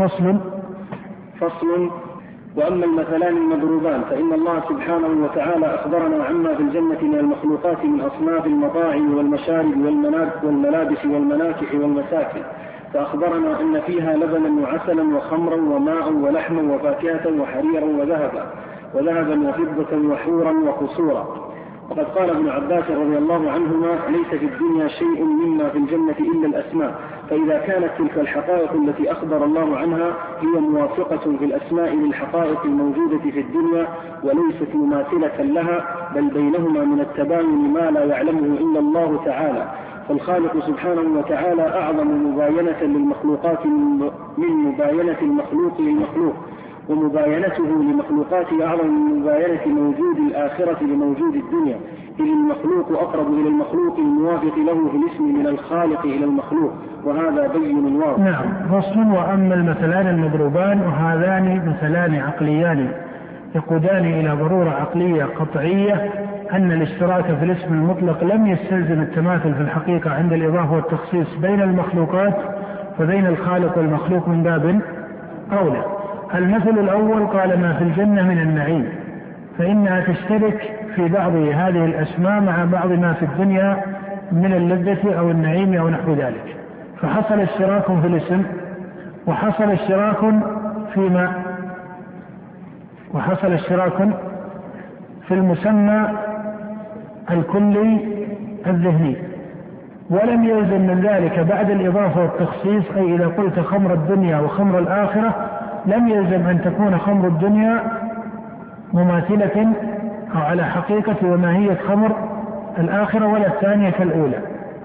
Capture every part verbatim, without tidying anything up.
فصل فصل وأما المثلان المضروبان فإن الله سبحانه وتعالى أخبرنا عما في الجنة من المخلوقات من أصناف المطاعم والمشارب والملابس والمناكح والمساكن، فأخبرنا أن فيها لبنا وعسلا وخمرا وماء ولحما وفاكهة وحريرا وذهبا وذهبا وفضة وحورا وقصورا. وقد قال ابن عباس رضي الله عنهما: ليس في الدنيا شيء مما في الجنة إلا الأسماء، فإذا كانت تلك الحقائق التي أخبر الله عنها هي موافقة في الأسماء للحقائق الموجودة في الدنيا وليست مماثلة لها، بل بينهما من التباين ما لا يعلمه إلا الله تعالى، فالخالق سبحانه وتعالى أعظم مباينة للمخلوقات من مباينة المخلوق للمخلوق، ومباينته لمخلوقاته أعظم من مباينة موجود الآخرة لموجود الدنيا، إذ المخلوق أقرب إلى المخلوق الموافق له في الاسم من الخالق إلى المخلوق، وهذا بين واضح. نعم. فصل. وأما المثلان المضروبان وهذان مثلان عقليان يقودان إلى ضرورة عقلية قطعية أن الاشتراك في الاسم المطلق لم يستلزم التماثل في الحقيقة عند الإضافة والتخصيص بين المخلوقات، فبين الخالق والمخلوق من باب أولى. المثل الأول قال: ما في الجنة من النعيم، فإنها تشترك في بعض هذه الأسماء مع بعض ما في الدنيا من اللذة أو النعيم أو نحو ذلك، فحصل اشتراك في الاسم وحصل اشتراك فيما وحصل اشتراك في المسمى الكلي الذهني، ولم يلزم من ذلك بعد الإضافة والتخصيص، أي إذا قلت خمر الدنيا وخمر الآخرة لم يلزم أن تكون خمر الدنيا مماثلة أو على حقيقة وماهية خمر الآخرة ولا الثانية كالأولى.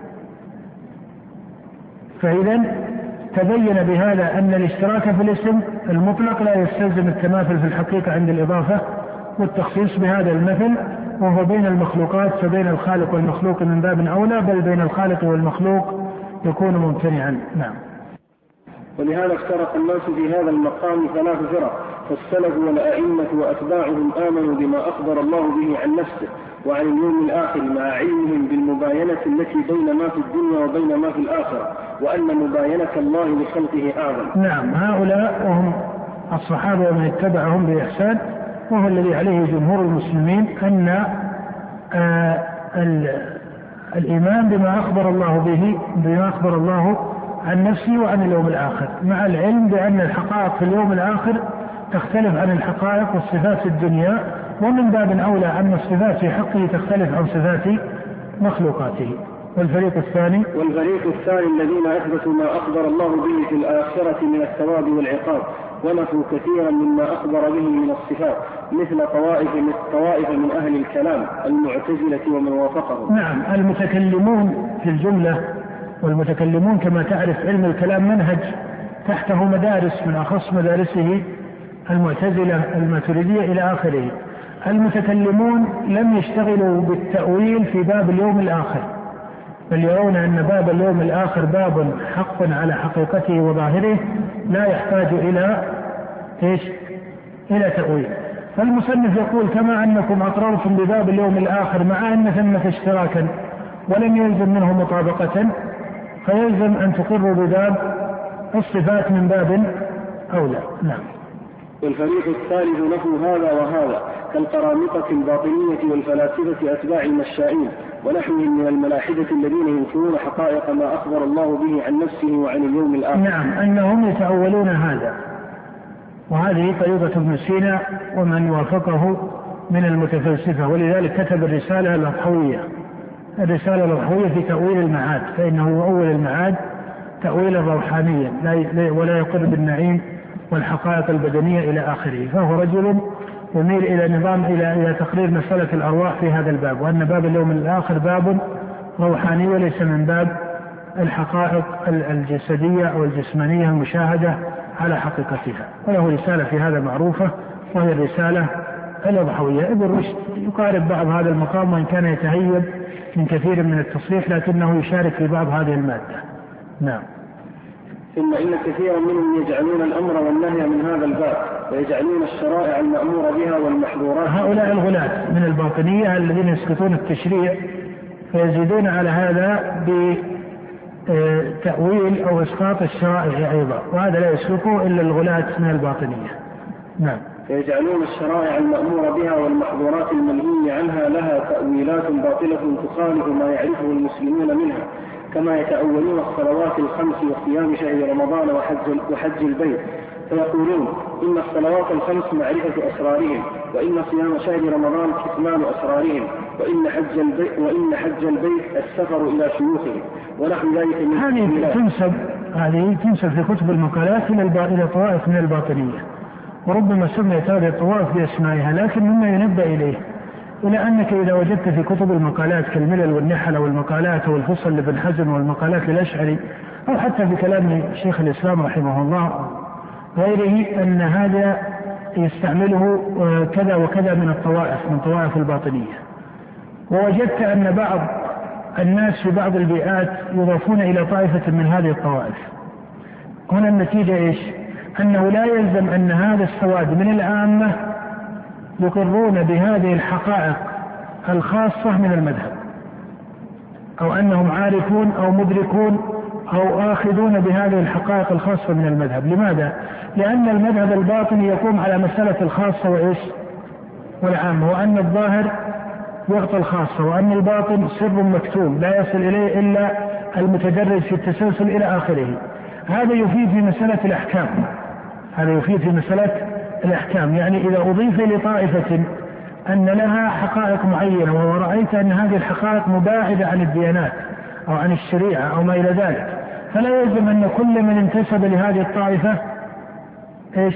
فإذا تبين بهذا أن الاشتراك في الاسم المطلق لا يستلزم التماثل في الحقيقة عند الإضافة والتخصيص بهذا المثل، وهو بين المخلوقات، فبين الخالق والمخلوق من باب أولى، بل بين الخالق والمخلوق يكون ممتنعا. نعم. ولهذا افترق الناس في هذا المقام ثلاث فرق، فالسلف والأئمة وأتباعهم آمنوا بما أخبر الله به عن نفسه وعن اليوم الآخر مع علمهم بالمباينة التي بين ما في الدنيا وبين ما في الآخرة، وأن مباينة الله لخلقه أعظم. نعم. هؤلاء وهم الصحابة ومن اتبعهم بإحسان، وهو الذي عليه جمهور المسلمين، أن آه الإيمان بما أخبر الله به بما أخبر الله عن نفسه وعن اليوم الآخر، مع العلم بأن الحقائق في اليوم الآخر تختلف عن الحقائق والصفات في الدنيا، ومن باب أولى أن الصفات في حقه تختلف عن صفات مخلوقاته. والفريق الثاني والفريق الثاني الذين أثبتوا ما أخبر الله به في الآخرة من الثواب والعقاب، ونفوا كثيرا مما أخبر به من الصفات، مثل طوائف من طوائف من أهل الكلام المعتزلة ومن وافقهم. نعم. المتكلمون في الجملة، والمتكلمون كما تعرف علم الكلام منهج تحته مدارس، من أخص مدارسه المعتزلة الماتريدية إلى آخره. المتكلمون لم يشتغلوا بالتأويل في باب اليوم الآخر، بل يرون أن باب اليوم الآخر باب حق على حقيقته وظاهره لا يحتاج إلى إيش؟ إلى تأويل. فالمصنف يقول: كما أنكم أقررتم بباب اليوم الآخر مع أن ثمة اشتراكا ولم يلزم منه مطابقة، فيلزم أن تقروا بباب الصفات من باب أولى. نعم. والفريق الثالث نفوا هذا وهذا، كالقرامطة الباطنية والفلاسفة أتباع المشائين ونحوهم من الملاحدة الذين ينكرون حقائق ما أخبر الله به عن نفسه وعن اليوم الآخر. نعم. أنهم يتأولون هذا، وهذه طريقة ابن سينا ومن وافقه من المتفلسفة، ولذلك كتب الرسالة الأضحوية الرسالة الأضحوية في تأويل المعاد، فإنه يؤول المعاد تأويلا روحانيا ولا يقر بالنعيم والحقائق البدنية إلى آخره. فهو رجل يميل إلى نظام إلى إلى تقرير مسألة الأرواح في هذا الباب، وأن باب اليوم الآخر باب روحاني وليس من باب الحقائق الجسدية أو الجسمانية المشاهدة على حقيقتها. وله رسالة في هذا معروفة، وهي الرسالة الأضحوية. ابن رشد يقارب بعض هذا المقام، وإن كان يتهيب من كثير من التصريح لكنه يشارك في بعض هذه المادة. نعم. ثم إن كثيرا منهم يجعلون الأمر والنهي من هذا الباب، ويجعلون الشرائع المأمور بها والمحظورات. هؤلاء الغلاة من الباطنية الذين يسقطون التشريع، فيزيدون على هذا تأويل أو إسقاط الشرائع أيضا، وهذا لا يسلكه إلا الغلاة من الباطنية. نعم. فيجعلون الشرائع المأمور بها والمحظورات المنهي عنها لها تأويلات باطلة تخالف ما يعرفه المسلمون منها، كما يتأولون الصلوات الخمس وصيام شهر رمضان وحج, وحج البيت، فيقولون إن الصلوات الخمس معرفة أسرارهم، وإن صيام شهر رمضان كتمان أسرارهم، وإن حج البيت, وإن حج البيت السفر إلى شيوخهم ونحو ذلك من هذه تنسب هذه تنسب في كتب المقالات إلى طوائف من الباطنية، وربما سميت هذه الطوائف بأسمائها، لكن مما ينبه إليه إلى أنك إذا وجدت في كتب المقالات كالملل والنحل والمقالات والفصل لابن حزم والمقالات للأشعري، أو حتى في كلام شيخ الإسلام رحمه الله غيره، أن هذا يستعمله كذا وكذا من الطوائف من طوائف الباطنية، ووجدت أن بعض الناس في بعض البيئات يضافون إلى طائفة من هذه الطوائف. هنا النتيجة إيش؟ أنه لا يلزم أن هذا السواد من العامة يقرون بهذه الحقائق الخاصة من المذهب، أو أنهم عارفون أو مدركون أو آخذون بهذه الحقائق الخاصة من المذهب. لماذا؟ لأن المذهب الباطني يقوم على مسألة الخاصة وإيش؟ والعامة، وأن الظاهر يغطي الخاصة، وأن الباطن سر مكتوم لا يصل إليه إلا المتدرج في التسلسل إلى آخره. هذا يفيد في مسألة الأحكام هذا يفيد في مسألة الأحكام يعني إذا أضيف لطائفة أن لها حقائق معينة ورأيت أن هذه الحقائق مباعدة عن الديانات أو عن الشريعة أو ما إلى ذلك، فلا يلزم أن كل من انتسب لهذه الطائفة إيش؟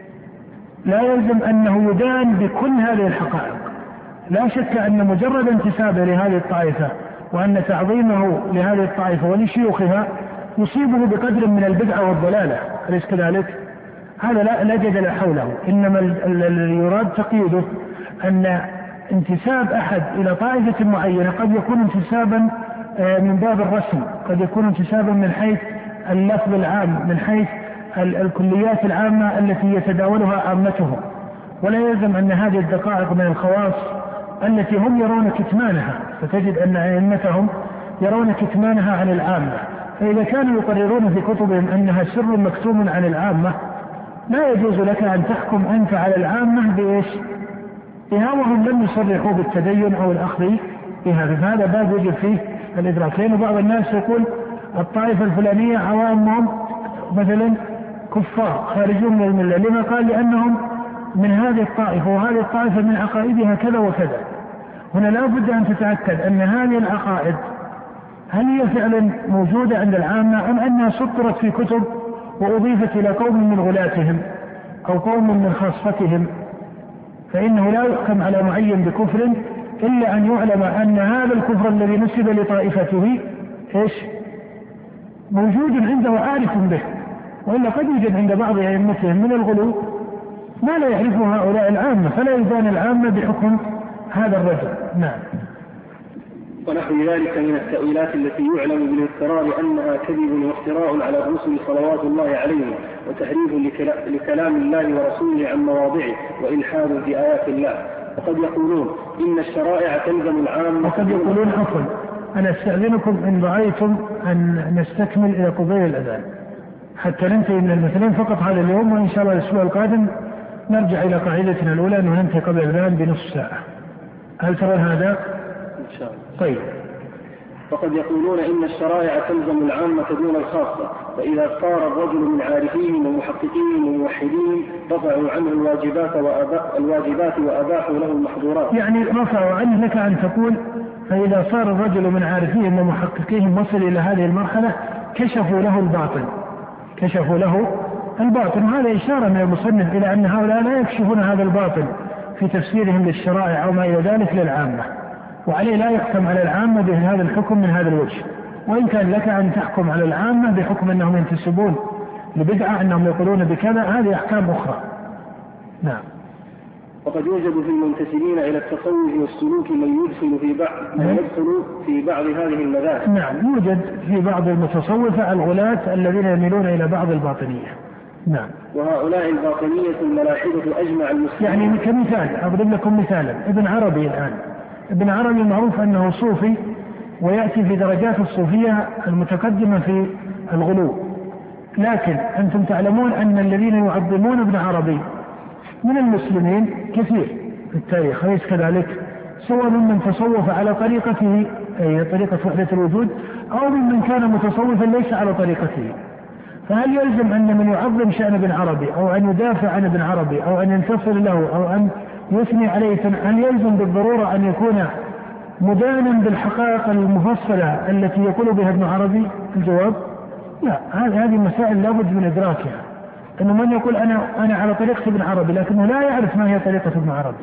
لا يلزم أنه يدان بكل هذه الحقائق. لا شك أن مجرد انتسابه لهذه الطائفة وأن تعظيمه لهذه الطائفة ولشيوخها يصيبه بقدر من البدعة والضلالة، أليس كذلك؟ هذا لا, لا جدل حوله، إنما الذي يراد تقييده أن انتساب أحد إلى طائفة معينة قد يكون انتسابا من باب الرسم، قد يكون انتسابا من حيث اللفظ العام، من حيث الكليات العامة التي يتداولها عامتهم، ولا يلزم أن هذه الدقائق من الخواص التي هم يرون كتمانها، فتجد أن أئمتهم يرون كتمانها عن العامة. فإذا كانوا يقررون في كتبهم أنها سر مكتوم عن العامة، لا يجوز لك أن تحكم أنت على العامة بإيش؟ بها وهم لم يصرحوا بالتدين أو الأخذ بها. فهذا باب يجب فيه الإدراك. لأن بعض الناس يقول الطائفة الفلانية عوامهم مثلا كفار خارجون من الملة، لما قال؟ لأنهم من هذه الطائفة، وهذه الطائفة من عقائدها كذا وكذا. هنا لا بد أن تتأكد أن هذه العقائد هل هي فعلا موجودة عند العامة أم أنها سطرت في كتب وأضيفت إلى قوم من غلاتهم أو قوم من خاصتهم. فإنه لا يحكم على معين بكفر إلا أن يعلم أن هذا الكفر الذي نسب لطائفته إيش؟ موجود عنده وعارف به، وإلا قد يوجد عند بعض أئمتهم من الغلو ما لا يعرفه هؤلاء العامة، فلا يدان العامة بحكم هذا الرجل. نعم. ونحو ذلك من التأويلات التي يعلم بالاضطرار أنها كذب وافتراء على الرسل صلوات الله عليهم، وتحريف لكلام الله ورسوله عن مواضعه، وإلحاد في آيات الله. وقد يقولون إن الشرائع تلزم العامة، وقد يقولون عفوا أنا استأذنكم إن رأيتم أن نستكمل إلى قبيل الأذان حتى ننتهي من المثلين فقط هذا اليوم، وإن شاء الله الأسبوع القادم نرجع إلى قاعدتنا الأولى أنه ننتهي قبل الأذان بنصف ساعة. هل ترى هذا؟ إن شاء الله. طيب. فقد يقولون إن الشرائع تلزم العامة دون الخاصة، فإذا صار الرجل من عارفين ومحققين وموحدين رفعوا عنه الواجبات وأبا الواجبات وأباحوا له المحظورات. يعني رفعوا عنه، لك أن تقول فإذا صار الرجل من عارفين ومحققين وصل إلى هذه المرحلة كشفوا له الباطل كشفوا له الباطل هذا إشارة من المصنف إلى أن هؤلاء لا يكشفون هذا الباطل في تفسيرهم للشرائع أو ما إلى ذلك للعامة، وعليه لا يحكم على العامة بهذا الحكم من هذا الوجه. وإن كان لك أن تحكم على العامة بحكم أنهم ينتسبون لبدعة، أنهم يقولون بكذا، هذه أحكام أخرى. نعم. وقد يوجد في المنتسبين إلى التصوف والسلوك من يدخل في بعض من يدخل في بعض هذه المذاهب. نعم، يوجد في بعض المتصوفة الغلاة الذين يميلون إلى بعض الباطنية. نعم. وهؤلاء الباطنية الملاحدة أجمع المسلمين. يعني كمثال أضرب لكم مثالا، ابن عربي الآن ابن عربي معروف أنه صوفي ويأتي في درجات الصوفية المتقدمة في الغلو. لكن أنتم تعلمون أن الذين يعظمون ابن عربي من المسلمين كثير في التاريخ، أليس كذلك؟ سواء ممن تصوف على طريقته أي طريقة وحدة الوجود أو ممن كان متصوفا ليس على طريقته. فهل يلزم أن من يعظم شأن ابن عربي أو أن يدافع عن ابن عربي أو أن ينتصر له أو أن يثني عليه، هل يلزم بالضرورة أن يكون مدانا بالحقائق المفصلة التي يقول بها ابن عربي؟ الجواب لا. هذه مسائل لابد من إدراكها. أنه من يقول أنا أنا على طريقة ابن عربي لكنه لا يعرف ما هي طريقة ابن عربي،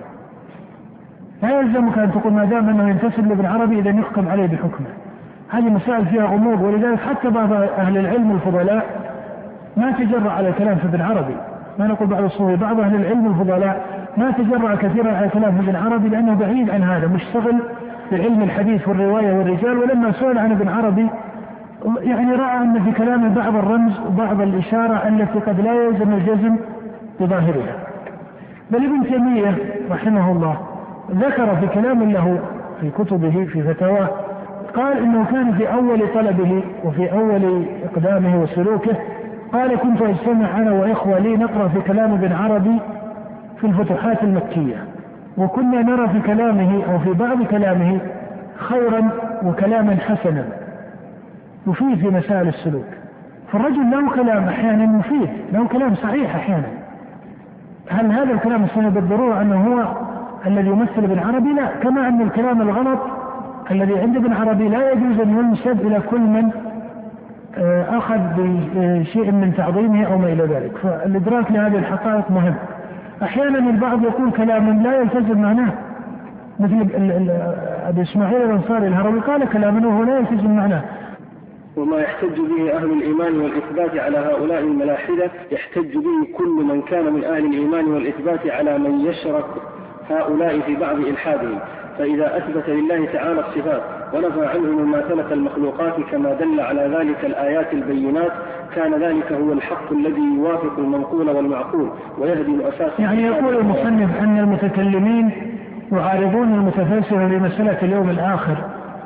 لا يلزمك أن تقول ما دام أنه ينتسب لابن عربي إذا يحكم عليه بحكمه. هذه مسائل فيها غموض، ولذلك حتى بعض أهل العلم الفضلاء ما تجرأ على الكلام في ابن عربي. ما نقول بعض الصوفية، بعض أهل العلم الفضلاء ما تجرأ كثيرا على الكلام في ابن عربي لأنه بعيد عن هذا، مشتغل بعلم الحديث والرواية والرجال. ولما سئل عن ابن عربي يعني رأى أن في كلامه بعض الرمز وبعض الإشارة التي قد لا يلزم الجزم بظاهرها. بل ابن تيمية رحمه الله ذكر في كلام له في كتبه في فتاواه قال إنه كان في أول طلبه وفي أول إقدامه وسلوكه قال كنت أجتمع أنا وإخوة لي نقرأ في كلام ابن عربي في الفتوحات المكية، وكنا نرى في كلامه أو في بعض كلامه خيرا وكلاما حسنا يفيد في مسائل السلوك. فالرجل له كلام أحيانا مفيد، له كلام صحيح أحيانا. هل هذا الكلام الصحيح بالضرورة أنه هو الذي يمثل ابن عربي؟ لا. كما أن الكلام الغلط الذي عند ابن عربي لا يجوز أن ينسب إلى كل من أخذ بشيء من تعظيمه أو ما إلى ذلك. فالإدراك لهذه الحقائق مهم. أحيانا البعض يقول كلاما لا يلتزم معناه، مثل أبي إسماعيل الأنصاري الهروي قال كلاما وهو لا يلتزم معناه. وما يحتج به أهل الإيمان والإثبات على هؤلاء الملاحدة يحتج به كل من كان من أهل الإيمان والإثبات على من يشرك هؤلاء في بعض إلحادهم. فإذا أثبت لله تعالى الصفات ونفى عنه مماثلة المخلوقات كما دل على ذلك الآيات البينات كان ذلك هو الحق الذي يوافق المنقول والمعقول ويهدي الأساس. يعني يقول المصنف أن المتكلمين يعارضون المتفلسفة بمسألة اليوم الآخر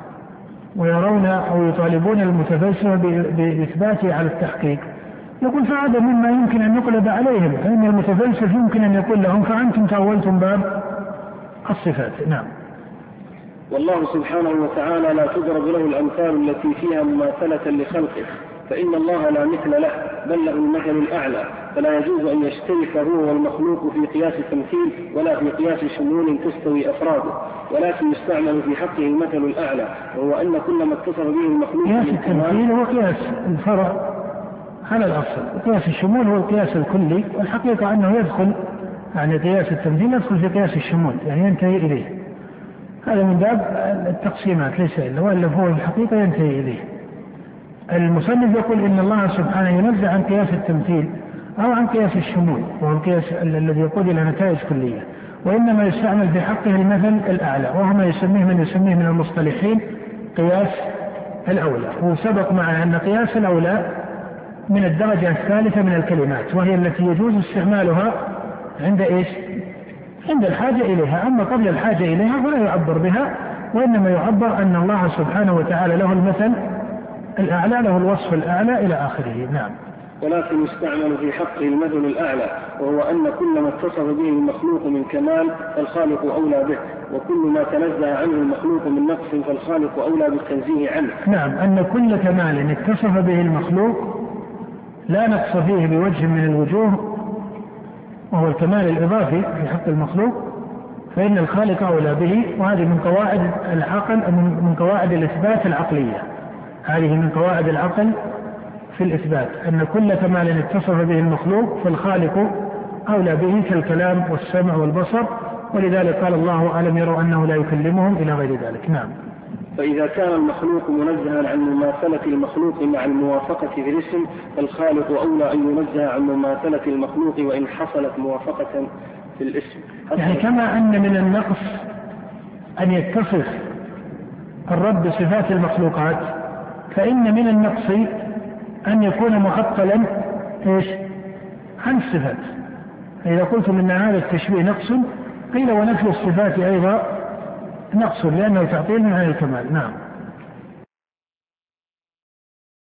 ويرون أو يطالبون المتفلسفة بإثباته على التحقيق. يقول فهذا مما يمكن أن يقلب عليهم، فإن المتفلسف يمكن أن يقول لهم فأنتم تأولتم باب الصفات. نعم. والله سبحانه وتعالى لا تضرب له الأمثال التي فيها مماثلة لخلقه، فإن الله لا مثل له بل له المثل الأعلى، فلا يجوز أن يشترك هو والمخلوق في قياس التمثيل ولا في قياس شمول تستوي أفراده، ولكن يستعمل في حقه المثل الأعلى، وهو أن كل ما اتصف به المخلوق قياس التمثيل هو قياس الفرع على الأصل، قياس الشمول هو القياس الكلي، والحقيقة أنه يدخل يعني قياس التمثيل يدخل في قياس الشمول يعني ينتهي إليه. هذا من باب التقسيمات ليس إلا، وإلا هو الحقيقة ينتهي إليه. المصنف يقول إن الله سبحانه ينزع عن قياس التمثيل أو عن قياس الشمول وهو القياس الذي يقود إلى نتائج كلية، وإنما يستعمل في حقه المثل الأعلى، وهو ما يسميه من يسميه من المصطلحين قياس الأولى. وسبق معنا أن قياس الأولى من الدرجة الثالثة من الكلمات، وهي التي يجوز استعمالها عند إيش؟ عند الحاجة إليها. أما قبل الحاجة إليها فلا يعبر بها، وإنما يعبر أن الله سبحانه وتعالى له المثل الأعلى، له الوصف الأعلى إلى آخره. نعم. ولكن يستعمل في حقه المثل الأعلى، وهو أن كل ما اتصف به المخلوق من كمال فالخالق أولى به، وكل ما تنزه عنه المخلوق من نقص فالخالق أولى بالتنزيه عنه. نعم، أن كل كمال اتصف به المخلوق لا نقص فيه بوجه من الوجوه، وهو الكمال الإضافي في حق المخلوق، فإن الخالق أولى به. وهذه من قواعد العقل، من قواعد الإثبات العقلية، هذه من قواعد العقل في الإثبات، أن كل كمال اتصف به المخلوق فالخالق أولى به كالكلام والسمع والبصر. ولذلك قال الله ألم يروا أنه لا يكلمهم إلى غير ذلك. نعم. فإذا كان المخلوق منزها عن مماثلة المخلوق مع الموافقة في الاسم فالخالق أولى أن ينزه عن مماثلة المخلوق وإن حصلت موافقة في الاسم. يعني كما أن من النقص أن يتصف الرب بصفات المخلوقات، فإن من النقص أن يكون معطلا إيش؟ عن الصفات. فإذا قلتم أن هذا التشبيه نقص قيل ونفي الصفات أيضا نقص، لأنه تعطيل عن الكمال. نعم.